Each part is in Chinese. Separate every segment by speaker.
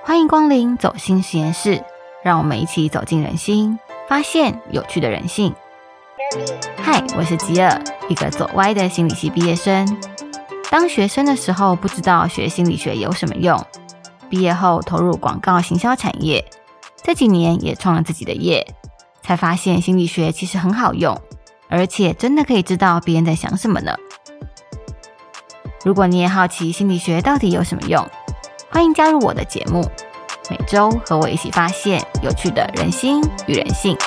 Speaker 1: 欢迎光临走心实验室，让我们一起走进人心，发现有趣的人性。嗨，我是吉尔，一个走歪的心理系毕业生。当学生的时候不知道学心理学有什么用，毕业后投入广告行销产业，这几年也创了自己的业，才发现心理学其实很好用，而且真的可以知道别人在想什么呢。如果你也好奇心理学到底有什么用，欢迎加入我的节目，每周和我一起发现有趣的人心与人性。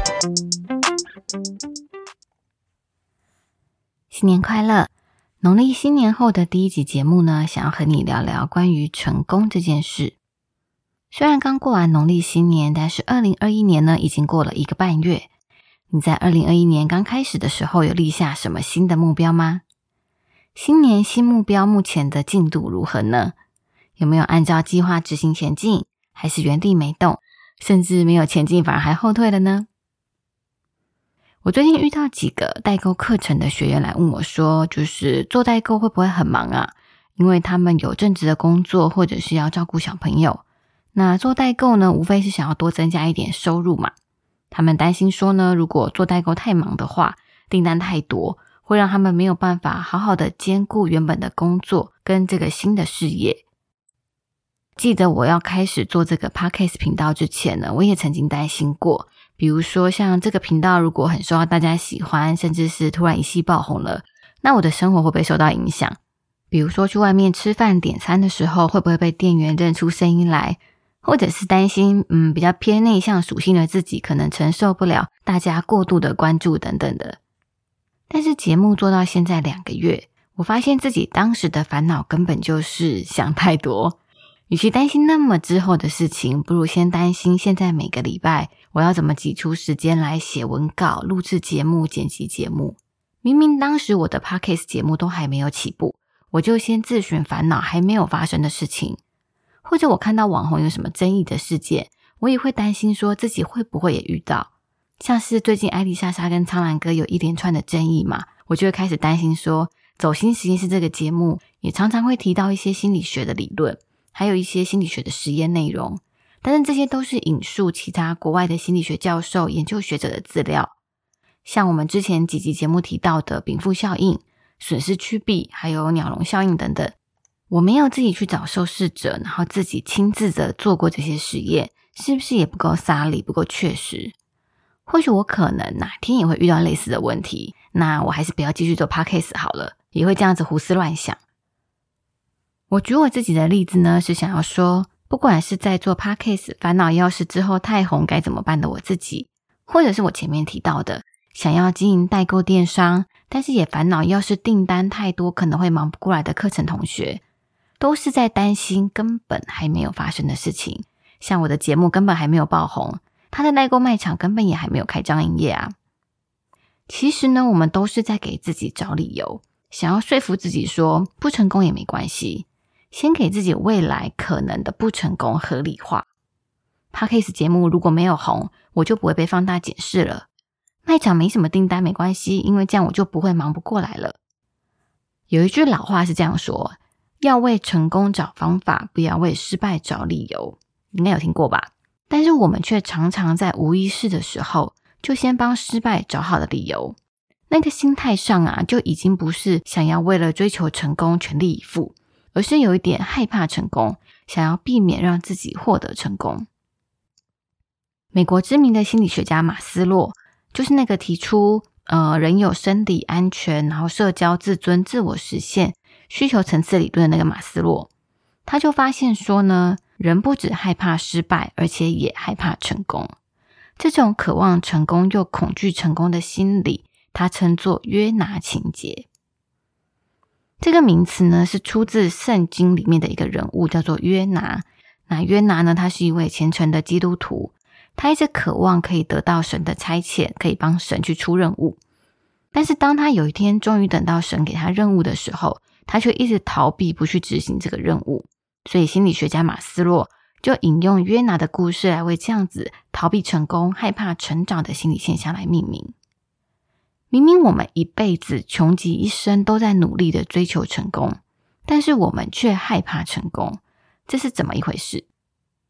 Speaker 1: 新年快乐！农历新年后的第一集节目呢，想要和你聊聊关于成功这件事。虽然刚过完农历新年，但是2021年呢已经过了1个半月。你在2021年刚开始的时候有立下什么新的目标吗？新年新目标目前的进度如何呢？有没有按照计划执行前进，还是原地没动，甚至没有前进反而还后退了呢？我最近遇到几个代购课程的学员来问我说，就是做代购会不会很忙啊？因为他们有正职的工作，或者是要照顾小朋友。那做代购呢，无非是想要多增加一点收入嘛。他们担心说呢，如果做代购太忙的话，订单太多，会让他们没有办法好好的兼顾原本的工作跟这个新的事业。记得我要开始做这个 Podcast 频道之前呢，我也曾经担心过，比如说像这个频道如果很受到大家喜欢，甚至是突然一夕爆红了，那我的生活会不会受到影响？比如说去外面吃饭点餐的时候，会不会被店员认出声音来？或者是担心比较偏内向属性的自己可能承受不了大家过度的关注等等的。但是节目做到现在2个月，我发现自己当时的烦恼根本就是想太多。与其担心那么之后的事情，不如先担心现在每个礼拜我要怎么挤出时间来写文稿、录制节目、剪辑节目。明明当时我的 Podcast 节目都还没有起步，我就先自寻烦恼还没有发生的事情。或者我看到网红有什么争议的事件，我也会担心说自己会不会也遇到。像是最近艾丽莎莎跟苍兰哥有一连串的争议嘛，我就会开始担心说，走心实验室这个节目也常常会提到一些心理学的理论，还有一些心理学的实验内容，但是这些都是引述其他国外的心理学教授、研究学者的资料。像我们之前几集节目提到的禀赋效应、损失趋避，还有鸟笼效应等等，我没有自己去找受试者，然后自己亲自的做过这些实验，是不是也不够撒理，不够确实？或许我可能哪天也会遇到类似的问题，那我还是不要继续做 Podcast 好了，也会这样子胡思乱想。我举我自己的例子呢，是想要说，不管是在做 Podcast 烦恼要是之后太红该怎么办的我自己，或者是我前面提到的想要经营代购电商，但是也烦恼要是订单太多可能会忙不过来的课程同学，都是在担心根本还没有发生的事情。像我的节目根本还没有爆红，他的代购卖场根本也还没有开张营业啊。其实呢，我们都是在给自己找理由，想要说服自己说不成功也没关系，先给自己未来可能的不成功合理化。 Podcast 节目如果没有红，我就不会被放大检视了。卖场没什么订单没关系，因为这样我就不会忙不过来了。有一句老话是这样说，要为成功找方法，不要为失败找理由。应该有听过吧？但是我们却常常在无意识的时候，就先帮失败找好了理由。那个心态上啊，就已经不是想要为了追求成功全力以赴，而是有一点害怕成功，想要避免让自己获得成功。美国知名的心理学家马斯洛，就是那个提出人有生理安全，然后社交、自尊、自我实现需求层次理论的那个马斯洛，他就发现说呢，人不只害怕失败，而且也害怕成功。这种渴望成功又恐惧成功的心理，他称作约拿情节。这个名词呢，是出自圣经里面的一个人物，叫做约拿。那约拿呢，他是一位虔诚的基督徒，他一直渴望可以得到神的差遣，可以帮神去出任务。但是当他有一天终于等到神给他任务的时候，他却一直逃避，不去执行这个任务。所以心理学家马斯洛就引用约拿的故事来为这样子逃避成功、害怕成长的心理现象来命名。明明我们一辈子穷极一生都在努力的追求成功，但是我们却害怕成功，这是怎么一回事？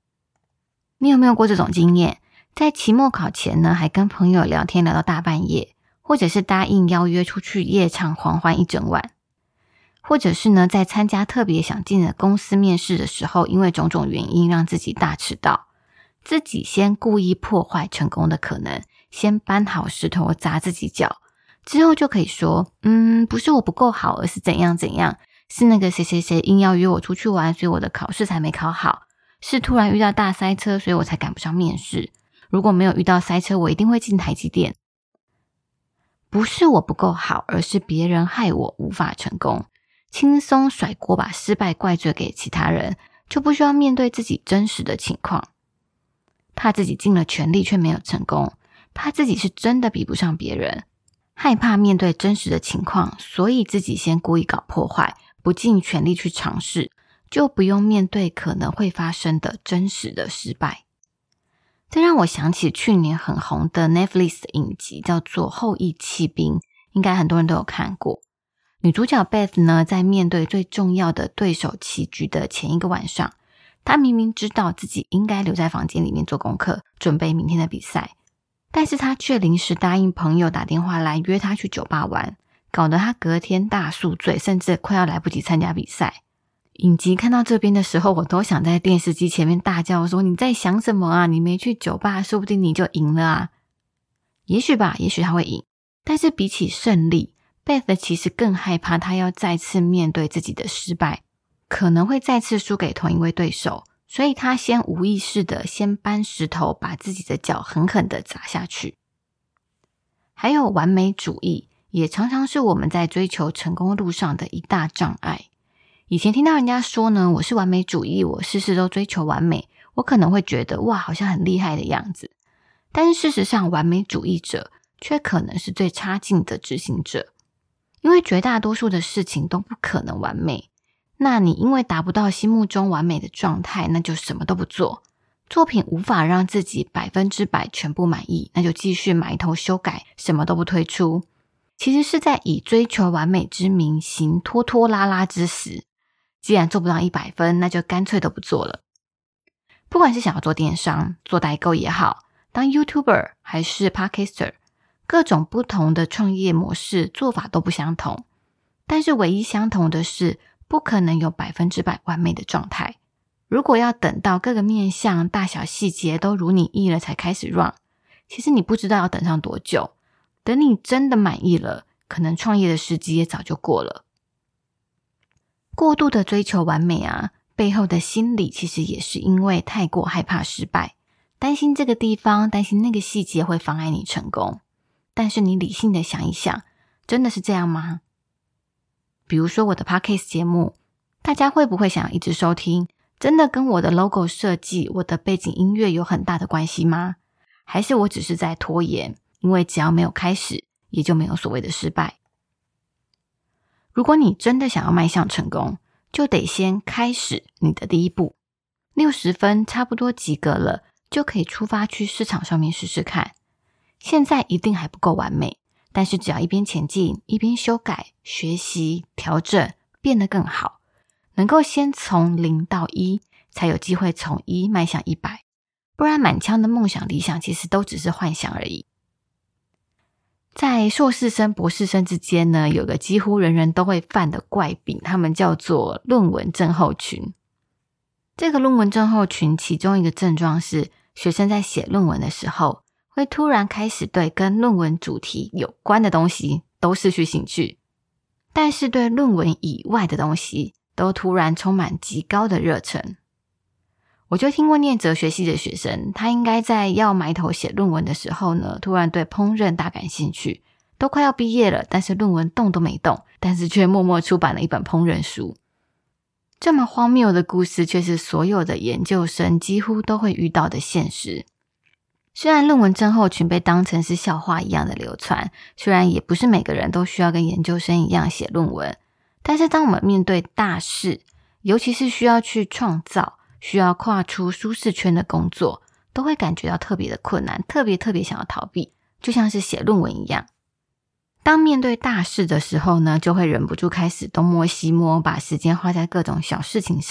Speaker 1: 你有没有过这种经验？在期末考前呢，还跟朋友聊天聊到大半夜，或者是答应邀约出去夜唱狂欢一整晚，或者是呢，在参加特别想进的公司面试的时候，因为种种原因让自己大迟到，自己先故意破坏成功的可能，先搬好石头砸自己脚，之后就可以说不是我不够好，而是怎样怎样，是那个谁谁谁硬要约我出去玩，所以我的考试才没考好，是突然遇到大塞车，所以我才赶不上面试，如果没有遇到塞车，我一定会进台积电。不是我不够好，而是别人害我无法成功，轻松甩锅，把失败怪罪给其他人，就不需要面对自己真实的情况。怕自己尽了全力却没有成功，怕自己是真的比不上别人，害怕面对真实的情况，所以自己先故意搞破坏，不尽全力去尝试，就不用面对可能会发生的真实的失败。这让我想起去年很红的 Netflix 的影集，叫做《后翼弃兵》，应该很多人都有看过。女主角 Beth 呢，在面对最重要的对手棋局的前一个晚上，她明明知道自己应该留在房间里面做功课，准备明天的比赛，但是她却临时答应朋友打电话来约她去酒吧玩，搞得她隔天大宿醉，甚至快要来不及参加比赛。影集看到这边的时候，我都想在电视机前面大叫说，你在想什么啊？你没去酒吧，说不定你就赢了啊。也许吧，也许他会赢，但是比起胜利， Beth 其实更害怕他要再次面对自己的失败，可能会再次输给同一位对手，所以他先无意识的先搬石头，把自己的脚狠狠的砸下去。还有完美主义，也常常是我们在追求成功路上的一大障碍。以前听到人家说呢，我是完美主义，我事事都追求完美，我可能会觉得哇，好像很厉害的样子。但是事实上，完美主义者却可能是最差劲的执行者，因为绝大多数的事情都不可能完美。那你因为达不到心目中完美的状态，那就什么都不做。作品无法让自己100%全部满意，那就继续埋头修改，什么都不推出。其实是在以追求完美之名行拖拖拉拉之实。既然做不到100分，那就干脆都不做了。不管是想要做电商、做代购也好，当 YouTuber 还是 Podcaster， 各种不同的创业模式做法都不相同，但是唯一相同的是，不可能有100%完美的状态。如果要等到各个面向、大小细节都如你意了才开始 run， 其实你不知道要等上多久。等你真的满意了，可能创业的时机也早就过了。过度的追求完美啊，背后的心理其实也是因为太过害怕失败，担心这个地方，担心那个细节会妨碍你成功。但是你理性的想一想，真的是这样吗？比如说我的 Podcast 节目，大家会不会想要一直收听？真的跟我的 logo 设计、我的背景音乐有很大的关系吗？还是我只是在拖延？因为只要没有开始，也就没有所谓的失败。如果你真的想要迈向成功，就得先开始你的第一步。60分差不多及格了，就可以出发去市场上面试试看。现在一定还不够完美，但是只要一边前进，一边修改、学习、调整，变得更好，能够先从0到1，才有机会从1迈向100。不然满腔的梦想理想其实都只是幻想而已。在硕士生、博士生之间呢，有个几乎人人都会犯的怪病，他们叫做论文症候群。这个论文症候群其中一个症状是，学生在写论文的时候，会突然开始对跟论文主题有关的东西都失去兴趣，但是对论文以外的东西都突然充满极高的热忱。我就听过念哲学系的学生，他应该在要埋头写论文的时候呢，突然对烹饪大感兴趣，都快要毕业了，但是论文动都没动，但是却默默出版了一本烹饪书。这么荒谬的故事，却是所有的研究生几乎都会遇到的现实。虽然论文症候群被当成是笑话一样的流传，虽然也不是每个人都需要跟研究生一样写论文，但是当我们面对大事，尤其是需要去创造、需要跨出舒适圈的工作，都会感觉到特别的困难，特别想要逃避，就像是写论文一样。当面对大事的时候呢，就会忍不住开始东摸西摸，把时间花在各种小事情上，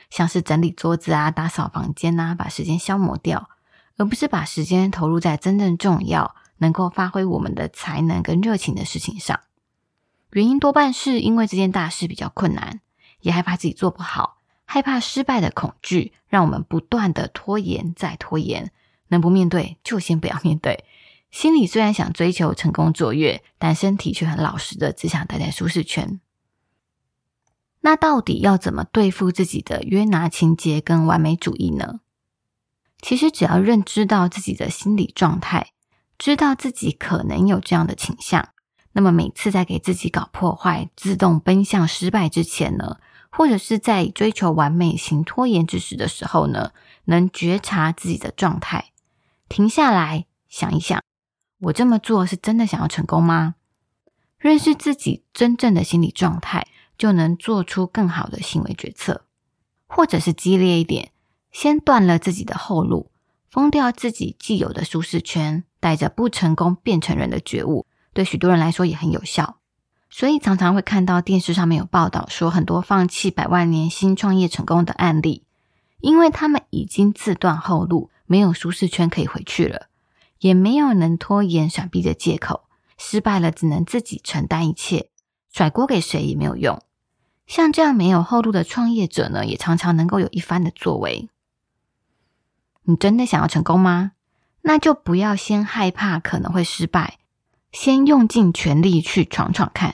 Speaker 1: 像是整理桌子啊、打扫房间啊，把时间消磨掉，而不是把时间投入在真正重要、能够发挥我们的才能跟热情的事情上。原因多半是因为这件大事比较困难，也害怕自己做不好，害怕失败的恐惧，让我们不断的拖延再拖延，能不面对就先不要面对。心里虽然想追求成功卓越，但身体却很老实的只想待在舒适圈。那到底要怎么对付自己的约拿情节跟完美主义呢？其实只要认知到自己的心理状态，知道自己可能有这样的倾向，那么每次在给自己搞破坏、自动奔向失败之前呢，或者是在追求完美行拖延之时的时候呢，能觉察自己的状态，停下来想一想，我这么做是真的想要成功吗？认识自己真正的心理状态，就能做出更好的行为决策。或者是激烈一点，先断了自己的后路，封掉自己既有的舒适圈，带着不成功变成人的觉悟，对许多人来说也很有效。所以常常会看到电视上面有报道说，很多放弃100万年薪创业成功的案例，因为他们已经自断后路，没有舒适圈可以回去了，也没有能拖延闪避的借口，失败了只能自己承担一切，甩锅给谁也没有用。像这样没有后路的创业者呢，也常常能够有一番的作为。你真的想要成功吗？那就不要先害怕可能会失败，先用尽全力去闯闯看。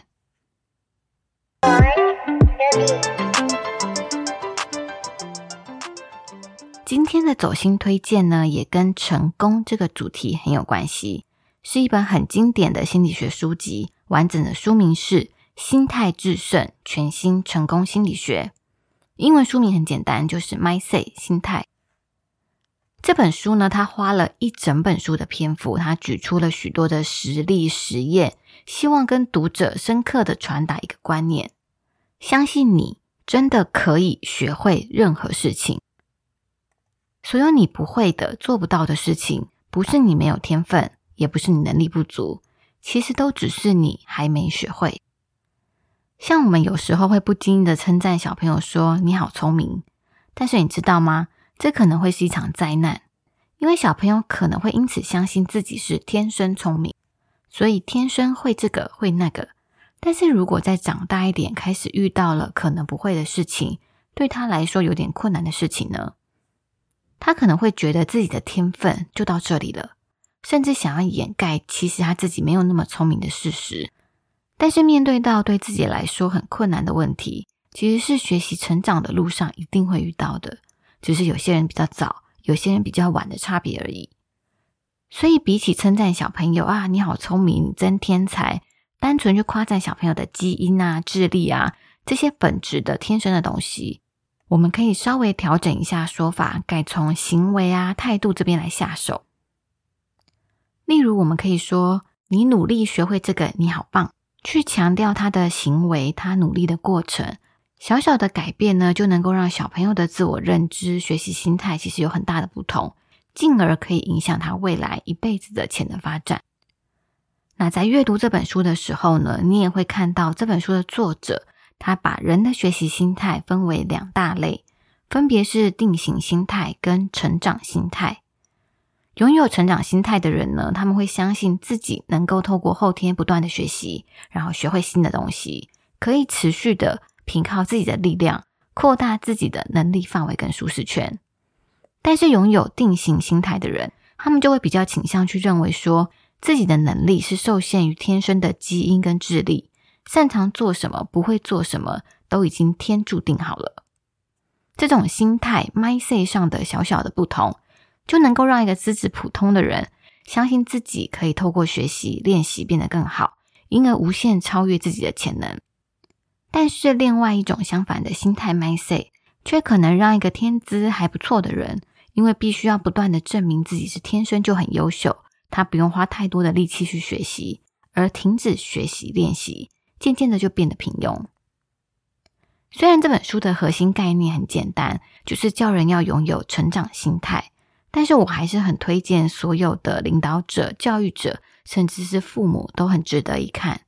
Speaker 1: 今天的走心推荐呢，也跟成功这个主题很有关系，是一本很经典的心理学书籍，完整的书名是《心态致胜：全新成功心理学》。英文书名很简单，就是 Mindset 心态。这本书呢，它花了一整本书的篇幅，它举出了许多的实例实验，希望跟读者深刻的传达一个观念：相信你真的可以学会任何事情。所有你不会的、做不到的事情，不是你没有天分，也不是你能力不足，其实都只是你还没学会。像我们有时候会不经意的称赞小朋友说你好聪明，但是你知道吗？这可能会是一场灾难，因为小朋友可能会因此相信自己是天生聪明，所以天生会这个会那个。但是如果再长大一点，开始遇到了可能不会的事情，对他来说有点困难的事情呢，他可能会觉得自己的天分就到这里了，甚至想要掩盖其实他自己没有那么聪明的事实。但是面对到对自己来说很困难的问题，其实是学习成长的路上一定会遇到的，只是有些人比较早，有些人比较晚的差别而已。所以比起称赞小朋友啊，你好聪明，你真天才，单纯去夸赞小朋友的基因啊、智力啊，这些本质的天生的东西，我们可以稍微调整一下说法，改从行为啊、态度这边来下手。例如我们可以说，你努力学会这个，你好棒，去强调他的行为，他努力的过程。小小的改变呢，就能够让小朋友的自我认知、学习心态其实有很大的不同，进而可以影响他未来一辈子的潜能发展。那在阅读这本书的时候呢，你也会看到这本书的作者，他把人的学习心态分为2大类，分别是定型心态跟成长心态。拥有成长心态的人呢，他们会相信自己能够透过后天不断的学习，然后学会新的东西，可以持续的凭靠自己的力量，扩大自己的能力范围跟舒适圈。但是拥有定型心态的人，他们就会比较倾向去认为说，自己的能力是受限于天生的基因跟智力，擅长做什么，不会做什么，都已经天注定好了。这种心态 mindset 上的小小的不同，就能够让一个资质普通的人相信自己可以透过学习练习变得更好，因而无限超越自己的潜能。但是另外一种相反的心态 mindset 却可能让一个天资还不错的人，因为必须要不断的证明自己是天生就很优秀，他不用花太多的力气去学习，而停止学习练习，渐渐的就变得平庸。虽然这本书的核心概念很简单，就是叫人要拥有成长心态，但是我还是很推荐所有的领导者、教育者，甚至是父母都很值得一看。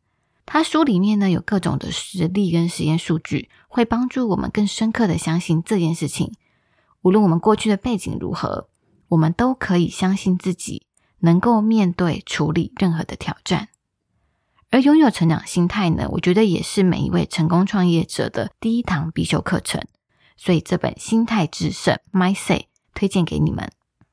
Speaker 1: 他书里面呢有各种的实例跟实验数据，会帮助我们更深刻的相信这件事情。无论我们过去的背景如何，我们都可以相信自己能够面对处理任何的挑战。而拥有成长心态呢，我觉得也是每一位成功创业者的第一堂必修课程。所以这本心态致胜 Mindset 推荐给你们。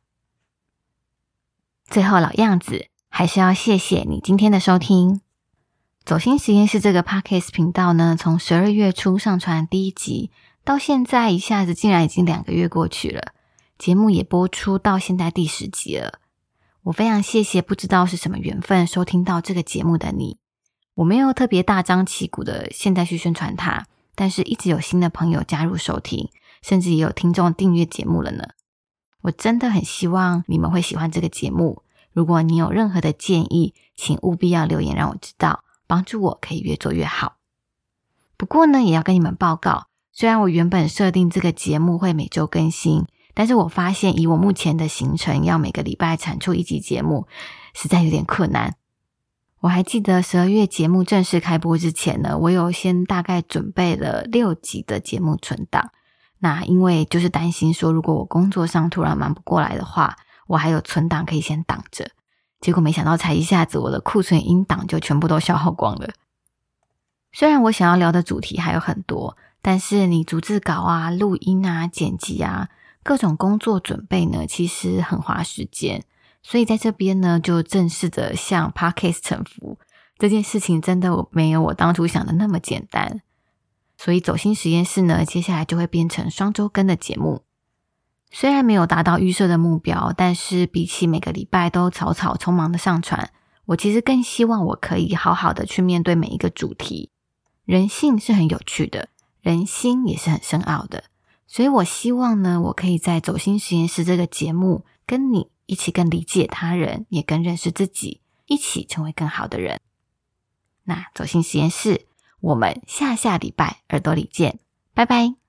Speaker 1: 最后老样子，还是要谢谢你今天的收听。走心实验室这个 Podcast 频道呢，从12月初上传第1集，到现在一下子竟然已经2个月过去了，节目也播出到现在第10集了。我非常谢谢不知道是什么缘分收听到这个节目的你。我没有特别大张旗鼓的现在去宣传它，但是一直有新的朋友加入收听，甚至也有听众订阅节目了呢。我真的很希望你们会喜欢这个节目，如果你有任何的建议，请务必要留言让我知道，帮助我可以越做越好。不过呢，也要跟你们报告，虽然我原本设定这个节目会每周更新，但是我发现以我目前的行程，要每个礼拜产出1集节目，实在有点困难。我还记得12月节目正式开播之前呢，我有先大概准备了6集的节目存档。那因为就是担心说，如果我工作上突然忙不过来的话，我还有存档可以先挡着。结果没想到才一下子我的库存音档就全部都消耗光了。虽然我想要聊的主题还有很多，但是你逐字稿啊、录音啊、剪辑啊，各种工作准备呢，其实很花时间。所以在这边呢，就正式的向 Podcast 臣服。这件事情真的没有我当初想的那么简单。所以走心实验室呢，接下来就会变成双周更的节目。虽然没有达到预设的目标，但是比起每个礼拜都草草匆忙的上传，我其实更希望我可以好好的去面对每一个主题。人性是很有趣的，人心也是很深奥的。所以我希望呢，我可以在走心实验室这个节目，跟你一起更理解他人，也更认识自己，一起成为更好的人。那走心实验室，我们下礼拜耳朵里见，拜拜。